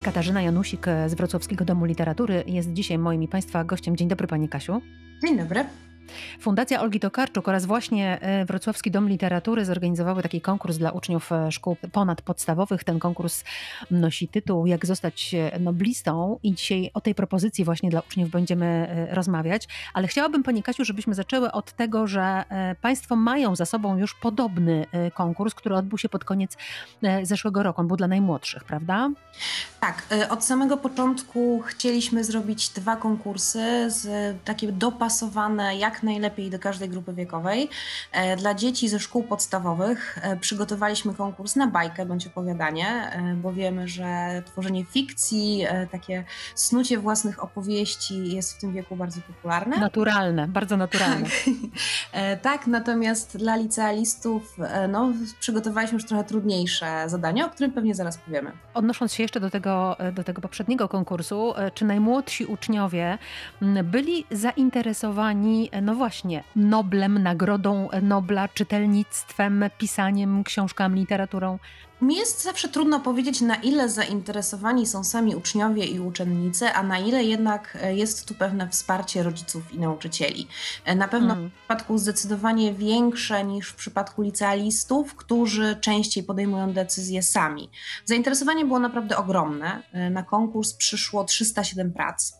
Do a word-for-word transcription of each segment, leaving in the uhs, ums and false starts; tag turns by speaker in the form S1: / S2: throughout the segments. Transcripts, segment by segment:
S1: Katarzyna Janusik z Wrocławskiego Domu Literatury jest dzisiaj moim i Państwa gościem. Dzień dobry Pani Kasiu.
S2: Dzień dobry.
S1: Fundacja Olgi Tokarczuk oraz właśnie Wrocławski Dom Literatury zorganizowały taki konkurs dla uczniów szkół ponadpodstawowych. Ten konkurs nosi tytuł Jak zostać noblistą i dzisiaj o tej propozycji właśnie dla uczniów będziemy rozmawiać. Ale chciałabym Pani Kasiu, żebyśmy zaczęły od tego, że Państwo mają za sobą już podobny konkurs, który odbył się pod koniec zeszłego roku. On był dla najmłodszych, prawda?
S2: Tak, od samego początku chcieliśmy zrobić dwa konkursy, z, takie dopasowane jak najlepiej do każdej grupy wiekowej. Dla dzieci ze szkół podstawowych przygotowaliśmy konkurs na bajkę bądź opowiadanie, bo wiemy, że tworzenie fikcji, takie snucie własnych opowieści jest w tym wieku bardzo popularne.
S1: Naturalne, bardzo naturalne.
S2: Tak, tak, natomiast dla licealistów no, przygotowaliśmy już trochę trudniejsze zadanie, o którym pewnie zaraz powiemy.
S1: Odnosząc się jeszcze do tego, do tego poprzedniego konkursu, czy najmłodsi uczniowie byli zainteresowani, no właśnie, Noblem, Nagrodą Nobla, czytelnictwem, pisaniem, książkami, literaturą?
S2: Mi jest zawsze trudno powiedzieć, na ile zainteresowani są sami uczniowie i uczennice, a na ile jednak jest tu pewne wsparcie rodziców i nauczycieli. Na pewno hmm. w przypadku zdecydowanie większe niż w przypadku licealistów, którzy częściej podejmują decyzje sami. Zainteresowanie było naprawdę ogromne. Na konkurs przyszło trzysta siedem prac.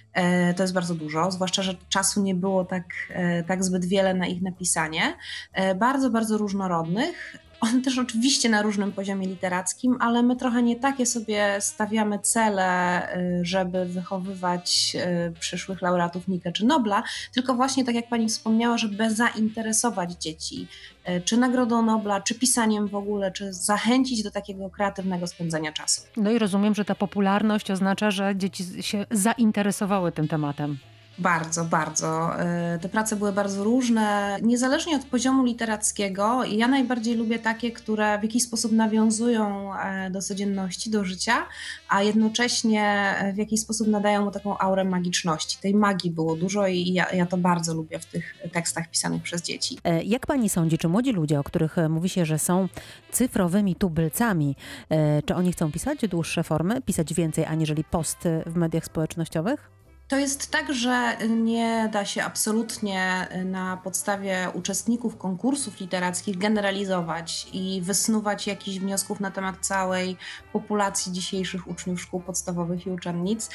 S2: To jest bardzo dużo, zwłaszcza, że czasu nie było tak, tak zbyt wiele na ich napisanie. Bardzo, bardzo różnorodnych. On też oczywiście na różnym poziomie literackim, ale my trochę nie takie sobie stawiamy cele, żeby wychowywać przyszłych laureatów Nike czy Nobla, tylko właśnie tak jak Pani wspomniała, żeby zainteresować dzieci czy Nagrodą Nobla, czy pisaniem w ogóle, czy zachęcić do takiego kreatywnego spędzania czasu.
S1: No i rozumiem, że ta popularność oznacza, że dzieci się zainteresowały tym tematem.
S2: Bardzo, bardzo. Te prace były bardzo różne, niezależnie od poziomu literackiego. Ja najbardziej lubię takie, które w jakiś sposób nawiązują do codzienności, do życia, a jednocześnie w jakiś sposób nadają mu taką aurę magiczności. Tej magii było dużo i ja, ja to bardzo lubię w tych tekstach pisanych przez dzieci.
S1: Jak Pani sądzi, czy młodzi ludzie, o których mówi się, że są cyfrowymi tubylcami, czy oni chcą pisać dłuższe formy, pisać więcej aniżeli posty w mediach społecznościowych?
S2: To jest tak, że nie da się absolutnie na podstawie uczestników konkursów literackich generalizować i wysnuwać jakichś wniosków na temat całej populacji dzisiejszych uczniów szkół podstawowych i uczennic.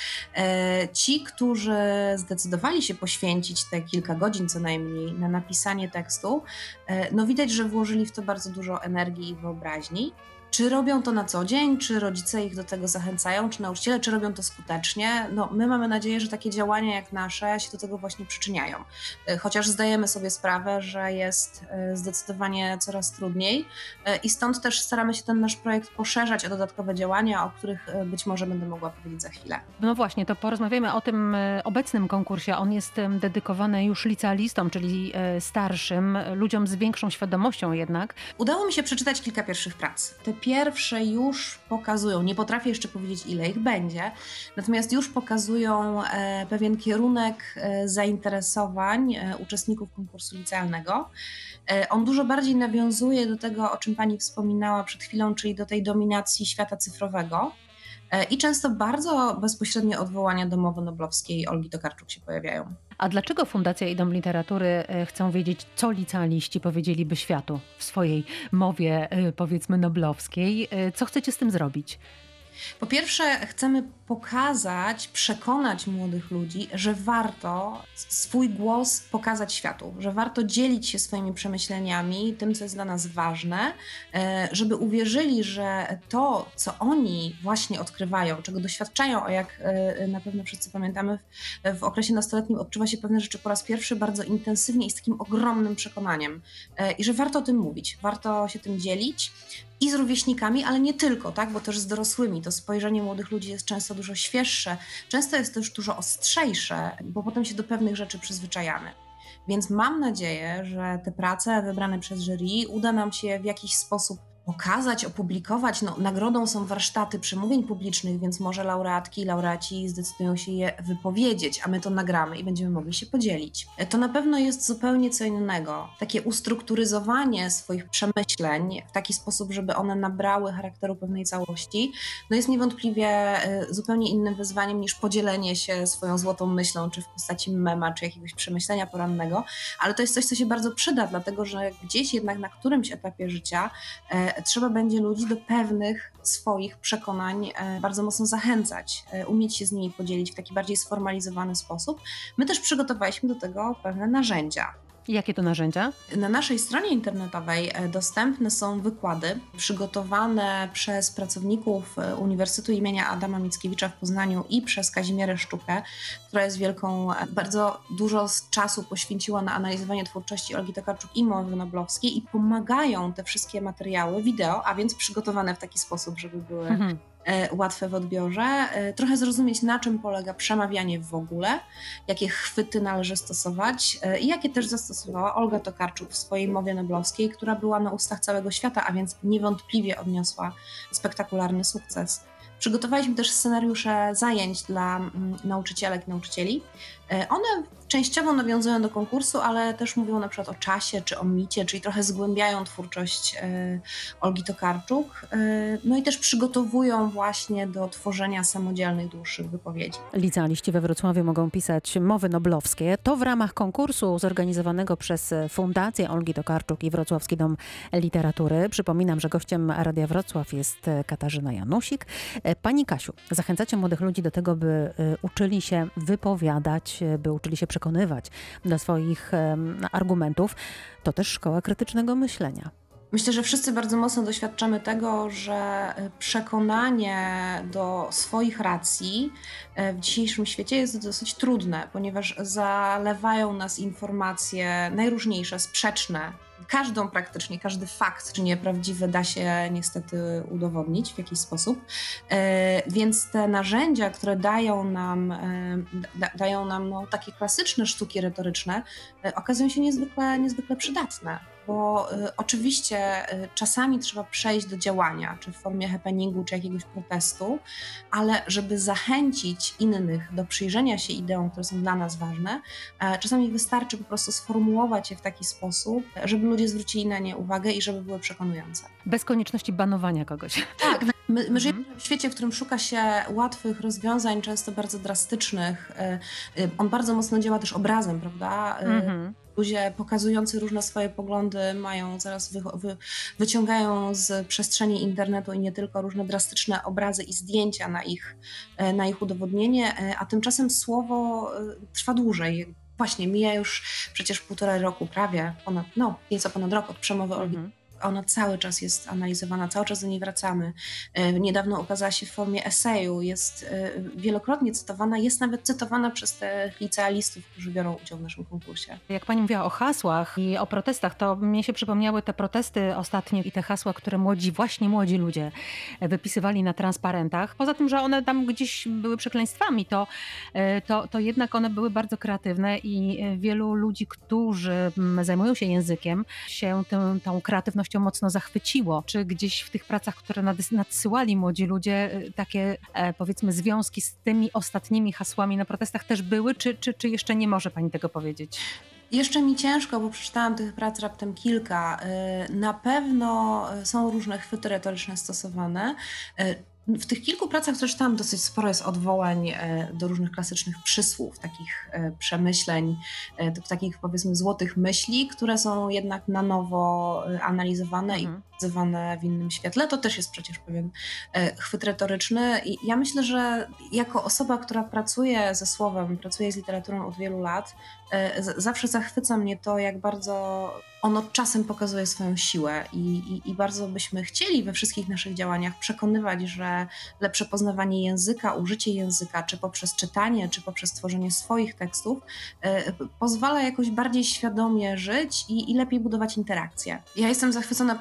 S2: Ci, którzy zdecydowali się poświęcić te kilka godzin co najmniej na napisanie tekstu, no widać, że włożyli w to bardzo dużo energii i wyobraźni. Czy robią to na co dzień, czy rodzice ich do tego zachęcają, czy nauczyciele, czy robią to skutecznie? No, my mamy nadzieję, że takie działania jak nasze się do tego właśnie przyczyniają. Chociaż zdajemy sobie sprawę, że jest zdecydowanie coraz trudniej i stąd też staramy się ten nasz projekt poszerzać o dodatkowe działania, o których być może będę mogła powiedzieć za chwilę.
S1: No właśnie, to porozmawiamy o tym obecnym konkursie. On jest dedykowany już licealistom, czyli starszym, ludziom z większą świadomością jednak.
S2: Udało mi się przeczytać kilka pierwszych prac. Te pierwsze już pokazują, nie potrafię jeszcze powiedzieć, ile ich będzie, natomiast już pokazują e, pewien kierunek e, zainteresowań e, uczestników konkursu licealnego. E, on dużo bardziej nawiązuje do tego, o czym Pani wspominała przed chwilą, czyli do tej dominacji świata cyfrowego. I często bardzo bezpośrednie odwołania do mowy noblowskiej Olgi Tokarczuk się pojawiają.
S1: A dlaczego Fundacja i Dom Literatury chcą wiedzieć, co licealiści powiedzieliby światu w swojej mowie, powiedzmy, noblowskiej? Co chcecie z tym zrobić?
S2: Po pierwsze, chcemy pokazać, przekonać młodych ludzi, że warto swój głos pokazać światu, że warto dzielić się swoimi przemyśleniami, tym, co jest dla nas ważne, żeby uwierzyli, że to, co oni właśnie odkrywają, czego doświadczają, a jak na pewno wszyscy pamiętamy, w, w okresie nastoletnim odczuwa się pewne rzeczy po raz pierwszy bardzo intensywnie i z takim ogromnym przekonaniem. I że warto o tym mówić, warto się tym dzielić. I z rówieśnikami, ale nie tylko, tak? Bo też z dorosłymi. To spojrzenie młodych ludzi jest często dużo świeższe, często jest też dużo ostrzejsze, bo potem się do pewnych rzeczy przyzwyczajamy. Więc mam nadzieję, że te prace wybrane przez jury uda nam się w jakiś sposób pokazać, opublikować. No, nagrodą są warsztaty przemówień publicznych, więc może laureatki i laureaci zdecydują się je wypowiedzieć, a my to nagramy i będziemy mogli się podzielić. To na pewno jest zupełnie co innego. Takie ustrukturyzowanie swoich przemyśleń w taki sposób, żeby one nabrały charakteru pewnej całości, no jest niewątpliwie zupełnie innym wyzwaniem niż podzielenie się swoją złotą myślą, czy w postaci mema, czy jakiegoś przemyślenia porannego, ale to jest coś, co się bardzo przyda, dlatego że gdzieś jednak na którymś etapie życia e, trzeba będzie ludzi do pewnych swoich przekonań e, bardzo mocno zachęcać, e, umieć się z nimi podzielić w taki bardziej sformalizowany sposób. My też przygotowaliśmy do tego pewne narzędzia.
S1: Jakie to narzędzia?
S2: Na naszej stronie internetowej dostępne są wykłady przygotowane przez pracowników Uniwersytetu imienia Adama Mickiewicza w Poznaniu i przez Kazimierę Sztukę, która jest wielką, bardzo dużo czasu poświęciła na analizowanie twórczości Olgi Tokarczuk i mowy noblowskiej i pomagają te wszystkie materiały wideo, a więc przygotowane w taki sposób, żeby były mhm. łatwe w odbiorze, trochę zrozumieć, na czym polega przemawianie w ogóle, jakie chwyty należy stosować i jakie też zastosowała Olga Tokarczuk w swojej mowie noblowskiej, która była na ustach całego świata, a więc niewątpliwie odniosła spektakularny sukces. Przygotowaliśmy też scenariusze zajęć dla mm, nauczycielek i nauczycieli. One częściowo nawiązują do konkursu, ale też mówią na przykład o czasie, czy o micie, czyli trochę zgłębiają twórczość e, Olgi Tokarczuk. E, no i też przygotowują właśnie do tworzenia samodzielnych, dłuższych wypowiedzi.
S1: Licealiści we Wrocławiu mogą pisać mowy noblowskie. To w ramach konkursu zorganizowanego przez Fundację Olgi Tokarczuk i Wrocławski Dom Literatury. Przypominam, że gościem Radia Wrocław jest Katarzyna Janusik. Pani Kasiu, zachęcacie młodych ludzi do tego, by uczyli się wypowiadać, by uczyli się przekonywać do swoich um, argumentów. To też szkoła krytycznego myślenia.
S2: Myślę, że wszyscy bardzo mocno doświadczamy tego, że przekonanie do swoich racji w dzisiejszym świecie jest dosyć trudne, ponieważ zalewają nas informacje najróżniejsze, sprzeczne. Każdą praktycznie, każdy fakt, czy nieprawdziwy, da się niestety udowodnić w jakiś sposób. E, więc te narzędzia, które dają nam, e, da, dają nam no, takie klasyczne sztuki retoryczne, e, okazują się niezwykle, niezwykle przydatne. Bo y, oczywiście y, czasami trzeba przejść do działania, czy w formie happeningu, czy jakiegoś protestu, ale żeby zachęcić innych do przyjrzenia się ideom, które są dla nas ważne, y, czasami wystarczy po prostu sformułować je w taki sposób, żeby ludzie zwrócili na nie uwagę i żeby były przekonujące.
S1: Bez konieczności banowania kogoś.
S2: Tak, my, my żyjemy w świecie, w którym szuka się łatwych rozwiązań, często bardzo drastycznych. Y, y, on bardzo mocno działa też obrazem, prawda? Y, mhm. Ludzie pokazujący różne swoje poglądy mają zaraz wy, wy, wyciągają z przestrzeni internetu i nie tylko różne drastyczne obrazy i zdjęcia na ich, na ich udowodnienie, a tymczasem słowo trwa dłużej. Właśnie mija już przecież półtora roku prawie, ponad, no nieco ponad rok od przemowy Olgi. Mhm. Ona cały czas jest analizowana, cały czas do niej wracamy. Niedawno ukazała się w formie eseju, jest wielokrotnie cytowana, jest nawet cytowana przez te licealistów, którzy biorą udział w naszym konkursie.
S1: Jak pani mówiła o hasłach i o protestach, to mnie się przypomniały te protesty ostatnie i te hasła, które młodzi, właśnie młodzi ludzie wypisywali na transparentach. Poza tym, że one tam gdzieś były przekleństwami, to, to, to jednak one były bardzo kreatywne i wielu ludzi, którzy zajmują się językiem, się tą, tą kreatywnością mocno zachwyciło. Czy gdzieś w tych pracach, które nadsyłali młodzi ludzie, takie e, powiedzmy związki z tymi ostatnimi hasłami na protestach też były, czy, czy, czy jeszcze nie może pani tego powiedzieć?
S2: Jeszcze mi ciężko, bo przeczytałam tych prac raptem kilka. Na pewno są różne chwyty retoryczne stosowane. W tych kilku pracach, które czytałam, dosyć sporo jest odwołań do różnych klasycznych przysłów, takich przemyśleń, do takich powiedzmy złotych myśli, które są jednak na nowo analizowane mhm. i pokazywane w innym świetle. To też jest przecież pewien chwyt retoryczny i ja myślę, że jako osoba, która pracuje ze słowem, pracuje z literaturą od wielu lat, zawsze zachwyca mnie to, jak bardzo ono czasem pokazuje swoją siłę i, i, i bardzo byśmy chcieli we wszystkich naszych działaniach przekonywać, że lepsze poznawanie języka, użycie języka, czy poprzez czytanie, czy poprzez tworzenie swoich tekstów, y, pozwala jakoś bardziej świadomie żyć i, i lepiej budować interakcje. Ja jestem zachwycona poczuciem humoru.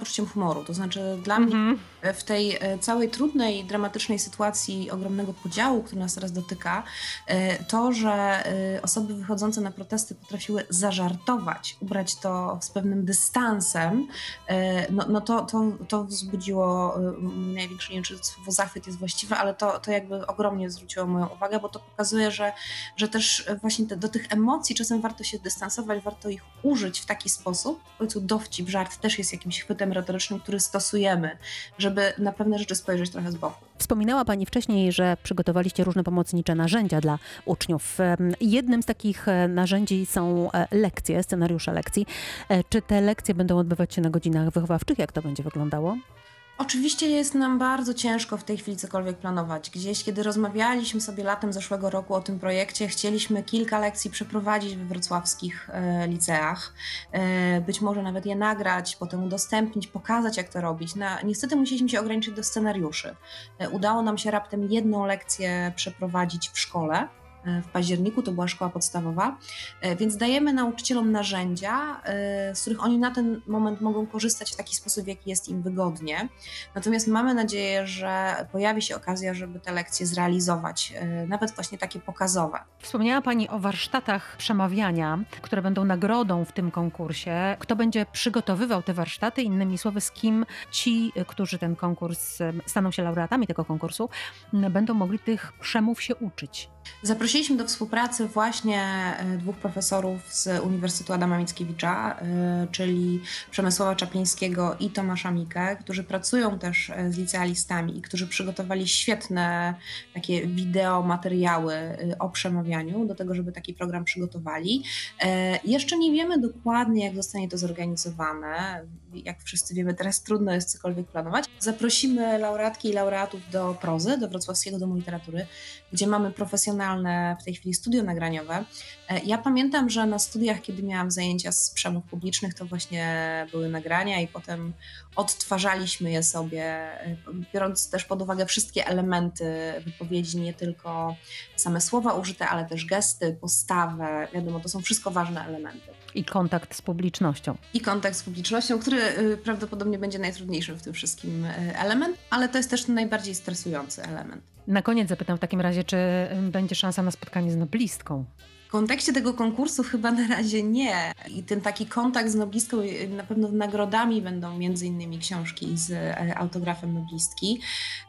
S2: humoru. To znaczy dla mnie
S1: Mhm.
S2: w tej e, całej trudnej, dramatycznej sytuacji ogromnego podziału, który nas teraz dotyka, e, to, że e, osoby wychodzące na protesty potrafiły zażartować, ubrać to z pewnym dystansem, e, no, no to, to, to wzbudziło e, mój największy, nie wiem, czy słowo zachwyt jest właściwe, ale to, to jakby ogromnie zwróciło moją uwagę, bo to pokazuje, że, że też właśnie te, do tych emocji czasem warto się dystansować, warto ich użyć w taki sposób. W końcu dowcip, żart też jest jakimś chwytem retorycznym, który stosujemy, żeby na pewne rzeczy spojrzeć trochę z boku.
S1: Wspominała Pani wcześniej, że przygotowaliście różne pomocnicze narzędzia dla uczniów. Jednym z takich narzędzi są lekcje, scenariusze lekcji. Czy te lekcje będą odbywać się na godzinach wychowawczych? Jak to będzie wyglądało?
S2: Oczywiście jest nam bardzo ciężko w tej chwili cokolwiek planować. Gdzieś, kiedy rozmawialiśmy sobie latem zeszłego roku o tym projekcie, chcieliśmy kilka lekcji przeprowadzić we wrocławskich e, liceach. E, być może nawet je nagrać, potem udostępnić, pokazać, jak to robić. Na, niestety musieliśmy się ograniczyć do scenariuszy. E, udało nam się raptem jedną lekcję przeprowadzić w szkole. W październiku, to była szkoła podstawowa, więc dajemy nauczycielom narzędzia, z których oni na ten moment mogą korzystać w taki sposób, w jaki jest im wygodnie. Natomiast mamy nadzieję, że pojawi się okazja, żeby te lekcje zrealizować, nawet właśnie takie pokazowe.
S1: Wspomniała Pani o warsztatach przemawiania, które będą nagrodą w tym konkursie. Kto będzie przygotowywał te warsztaty? Innymi słowy, z kim ci, którzy ten konkurs, staną się laureatami tego konkursu, będą mogli tych przemów się uczyć?
S2: Zaprosiliśmy do współpracy właśnie dwóch profesorów z Uniwersytetu Adama Mickiewicza, czyli Przemysława Czaplińskiego i Tomasza Mikę, którzy pracują też z licealistami i którzy przygotowali świetne takie wideo, materiały o przemawianiu do tego, żeby taki program przygotowali. Jeszcze nie wiemy dokładnie, jak zostanie to zorganizowane. Jak wszyscy wiemy, teraz trudno jest cokolwiek planować. Zaprosimy laureatki i laureatów do Prozy, do Wrocławskiego Domu Literatury, gdzie mamy profesjonalne w tej chwili studio nagraniowe. Ja pamiętam, że na studiach, kiedy miałam zajęcia z przemów publicznych, to właśnie były nagrania i potem odtwarzaliśmy je sobie, biorąc też pod uwagę wszystkie elementy wypowiedzi, nie tylko same słowa użyte, ale też gesty, postawę. Wiadomo, to są wszystko ważne elementy.
S1: I kontakt z publicznością.
S2: I kontakt z publicznością, który prawdopodobnie będzie najtrudniejszym w tym wszystkim element, ale to jest też najbardziej stresujący element.
S1: Na koniec zapytam w takim razie, czy będzie szansa na spotkanie z noblistką?
S2: W kontekście tego konkursu chyba na razie nie. I ten taki kontakt z noblistką, na pewno nagrodami będą między innymi książki z autografem noblistki.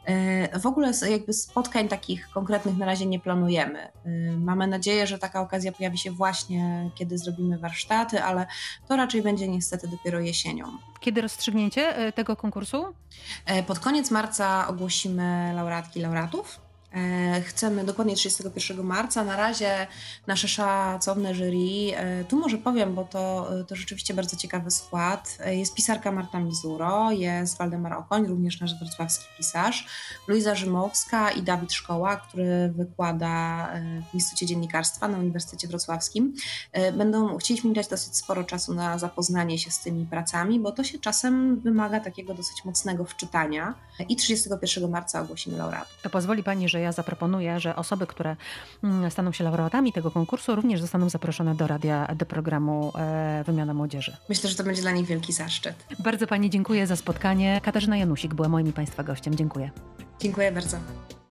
S2: W ogóle jakby spotkań takich konkretnych na razie nie planujemy. Mamy nadzieję, że taka okazja pojawi się właśnie, kiedy zrobimy warsztaty, ale to raczej będzie niestety dopiero jesienią.
S1: Kiedy rozstrzygnięcie tego konkursu?
S2: Pod koniec marca ogłosimy laureatki i laureatów. Chcemy dokładnie trzydziestego pierwszego marca. Na razie nasze szacowne jury, tu może powiem, bo to, to rzeczywiście bardzo ciekawy skład. Jest pisarka Marta Mizuro, jest Waldemar Okoń, również nasz wrocławski pisarz, Luiza Rzymowska i Dawid Szkoła, który wykłada w Instytucie Dziennikarstwa na Uniwersytecie Wrocławskim. Będą, chcieliśmy dać dosyć sporo czasu na zapoznanie się z tymi pracami, bo to się czasem wymaga takiego dosyć mocnego wczytania. I trzydziestego pierwszego marca ogłosimy laureatów.
S1: To pozwoli Pani, że ja zaproponuję, że osoby, które staną się laureatami tego konkursu, również zostaną zaproszone do radia, do programu e, Wymiana Młodzieży.
S2: Myślę, że to będzie dla nich wielki zaszczyt.
S1: Bardzo Pani dziękuję za spotkanie. Katarzyna Janusik była moim i Państwa gościem. Dziękuję.
S2: Dziękuję bardzo.